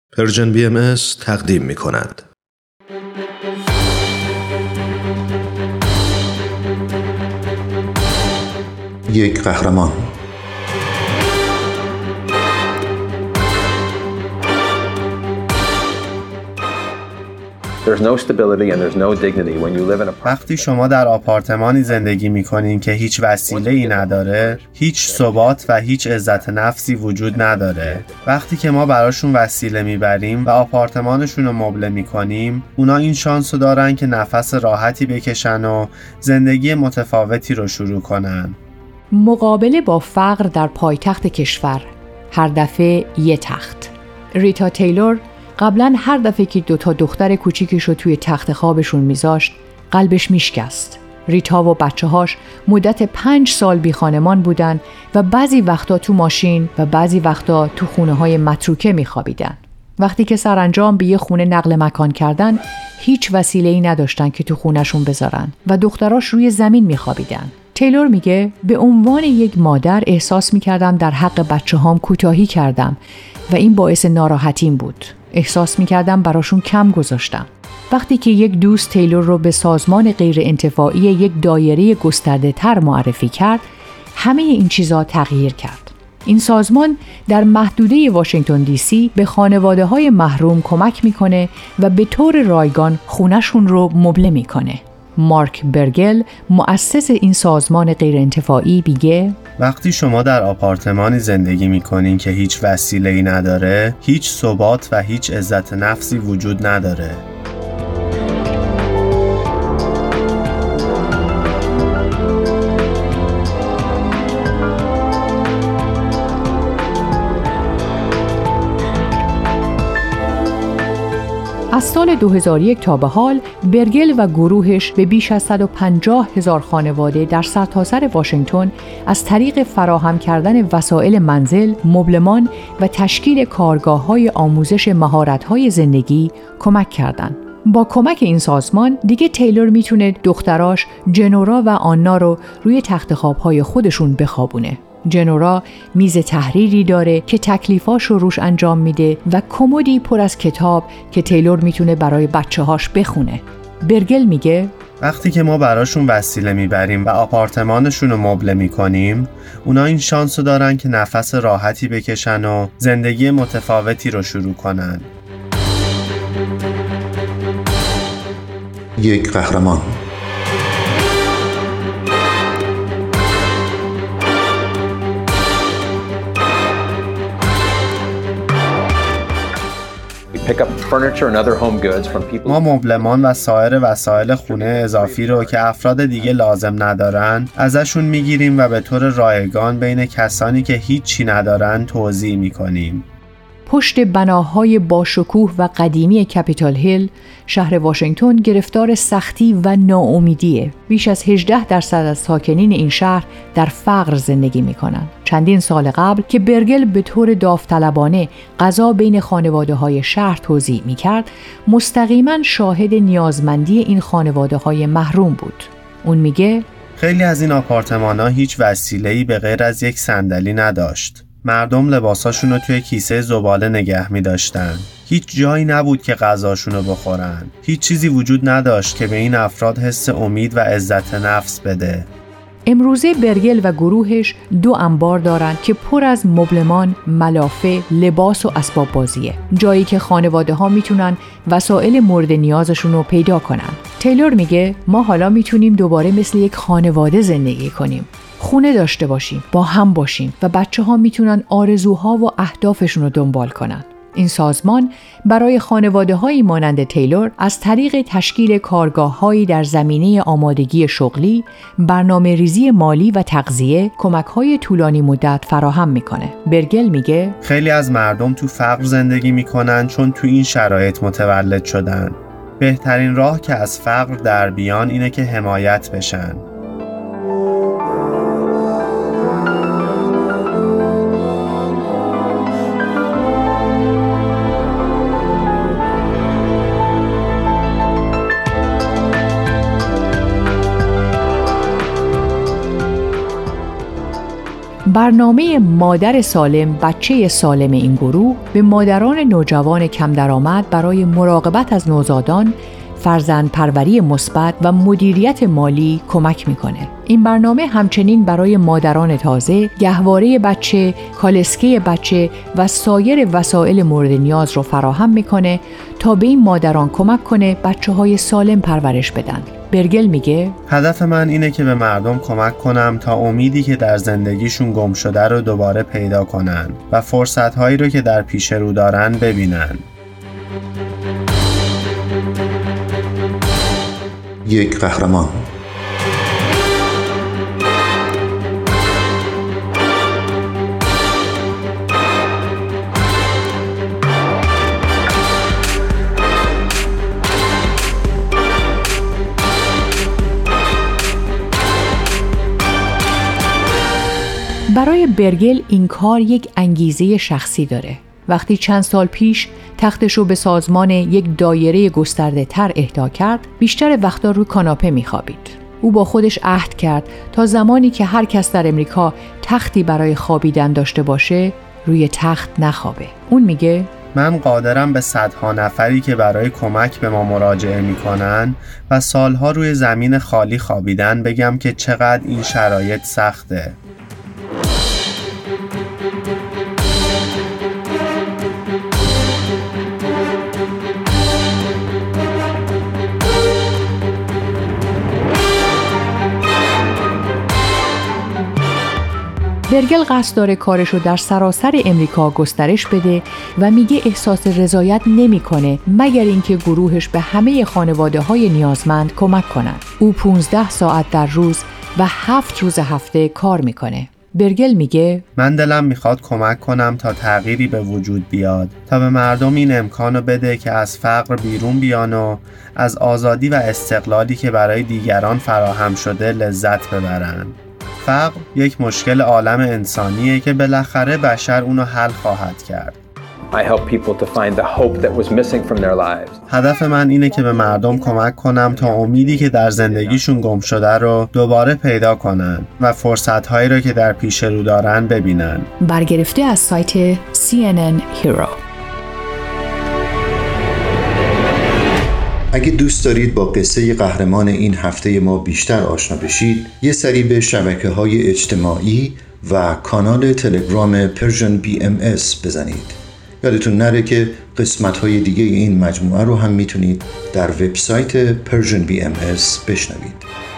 پرژن BMS تقدیم می کند. یک قهرمان. وقتی شما در آپارتمانی زندگی می‌کنین که هیچ وسیله‌ای نداره، هیچ ثبات و هیچ عزت نفسی وجود نداره. وقتی که ما براشون وسیله میبریم و آپارتمانشون رو مبله می‌کنیم، اونا این شانس رو دارن که نفس راحتی بکشن و زندگی متفاوتی رو شروع کنن. مقابله با فقر در پایتخت کشور، هر دفعه یه تخت. ریتا تیلور قبلا هر دفعه که 2 دختر کوچیکش رو توی تخت خوابشون میذاشت، قلبش میشکست. ریتا و بچه‌هاش مدت 5 سال بی خانمان بودن و بعضی وقتا تو ماشین و بعضی وقتا تو خونه‌های متروکه میخوابیدن. وقتی که سرانجام به یه خونه نقل مکان کردن، هیچ وسیله‌ای نداشتن که تو خونه‌شون بذارن و دختراش روی زمین میخوابیدن. تیلور میگه به عنوان یک مادر احساس میکردم در حق بچه‌هام کوتاهی کردم و این باعث ناراحتیم بود. احساس میکردم براشون کم گذاشتم. وقتی که یک دوست تیلور رو به سازمان غیرانتفاعی یک دایره گسترده تر معرفی کرد، همه این چیزا تغییر کرد. این سازمان در محدوده واشنگتن دی سی به خانواده‌های محروم کمک میکنه و به طور رایگان خونه‌شون رو مبله میکنه. مارک برگل، مؤسس این سازمان غیرانتفاعی، میگه وقتی شما در آپارتمانی زندگی میکنین که هیچ وسیله‌ای نداره، هیچ ثبات و هیچ عزت نفسی وجود نداره. از سال 2001 تا به حال برگل و گروهش به بیش از 150,000 خانواده در سرتاسر واشنگتن از طریق فراهم کردن وسایل منزل، مبلمان و تشکیل کارگاه‌های آموزش مهارت‌های زندگی کمک کردند. با کمک این سازمان دیگه تیلور میتونه دختراش جنورا و آنا رو روی تخت خواب‌های خودشون بخوابونه. جنورا میز تحریری داره که تکلیفاش رو روش انجام میده و کمدی پر از کتاب که تیلور میتونه برای بچه‌هاش بخونه. برگل میگه وقتی که ما براشون وسیله میبریم و آپارتمانشون رو مبله میکنیم، اونا این شانس رو دارن که نفس راحتی بکشن و زندگی متفاوتی رو شروع کنن. یک قهرمان. ما مبلمان و سایر وسایل خونه اضافی رو که افراد دیگه لازم ندارن ازشون میگیریم و به طور رایگان بین کسانی که هیچی ندارن توزیع میکنیم. پشت بناهای باشکوه و قدیمی کپیتال هیل، شهر واشنگتن گرفتار سختی و ناامیدیه. بیش از 18% از ساکنین این شهر در فقر زندگی میکنن. چندین سال قبل که برگل به طور داوطلبانه غذا بین خانواده‌های شهر توزیع میکرد، مستقیما شاهد نیازمندی این خانواده‌های محروم بود. اون میگه خیلی از این آپارتمان‌ها هیچ وسیله‌ای به غیر از یک صندلی نداشت. مردم لباساشون رو توی کیسه زباله نگه می داشتن. هیچ جایی نبود که غذاشون رو بخورن. هیچ چیزی وجود نداشت که به این افراد حس امید و عزت نفس بده. امروزه برگل و گروهش 2 انبار دارن که پر از مبلمان، ملافه، لباس و اسباب بازیه. جایی که خانواده ها میتونن وسایل مورد نیازشون رو پیدا کنن. تیلور میگه ما حالا میتونیم دوباره مثل یک خانواده زندگی کنیم. خونه داشته باشیم، با هم باشیم و بچه‌ها میتونن آرزوها و اهدافشون رو دنبال کنن. این سازمان برای خانواده‌هایی مانند تیلور از طریق تشکیل کارگاه‌هایی در زمینه آمادگی شغلی، برنامه‌ریزی مالی و تغذیه، کمک‌های طولانی مدت فراهم می‌کنه. برگل میگه خیلی از مردم تو فقر زندگی می‌کنن چون تو این شرایط متولد شدن. بهترین راه که از فقر در بیان اینه که حمایت بشن. برنامه مادر سالم بچه سالم این گروه به مادران نوجوان کم درآمد برای مراقبت از نوزادان، فرزندپروری مثبت و مدیریت مالی کمک میکنه. این برنامه همچنین برای مادران تازه، گهواره بچه، کالسکه بچه و سایر وسایل مورد نیاز رو فراهم میکنه تا به این مادران کمک کنه بچه‌های سالم پرورش بدن. برگل میگه هدف من اینه که به مردم کمک کنم تا امیدی که در زندگیشون گم شده رو دوباره پیدا کنن و فرصت‌هایی رو که در پیش رو دارن ببینن. یک قهرمان. برای برگل این کار یک انگیزه شخصی داره. وقتی چند سال پیش تختشو به سازمان یک دایره گسترده تر اهدا کرد، بیشتر وقتا روی کاناپه میخوابید. او با خودش عهد کرد تا زمانی که هر کس در امریکا تختی برای خوابیدن داشته باشه، روی تخت نخوابه. اون میگه من قادرم به صدها نفری که برای کمک به ما مراجعه میکنن و سالها روی زمین خالی خوابیدن بگم که چقدر این شرایط سخته. برگل قصد داره کارشو در سراسر امریکا گسترش بده و میگه احساس رضایت نمیکنه مگر اینکه گروهش به همه خانواده‌های نیازمند کمک کنن. او 15 ساعت در روز و 7 روز هفته کار میکنه. برگل میگه من دلم میخواد کمک کنم تا تغییری به وجود بیاد، تا به مردم این امکانو بده که از فقر بیرون بیان و از آزادی و استقلالی که برای دیگران فراهم شده لذت ببرن. فقر یک مشکل عالم انسانیه که بالاخره بشر اونو حل خواهد کرد. I help people to find the hope that was missing from their lives. هدف من اینه که به مردم کمک کنم تا امیدی که در زندگیشون گم شده رو دوباره پیدا کنن و فرصت‌هایی رو که در پیش رو دارن ببینن. برگرفته از سایت CNN Hero. اگه دوست دارید با قصه قهرمان این هفته ما بیشتر آشنا بشید، یه سری به شبکه‌های اجتماعی و کانال تلگرام پرژن BMS بزنید. یادتون نره که قسمت‌های دیگه این مجموعه رو هم میتونید در وبسایت پرژن BMS بشنوید.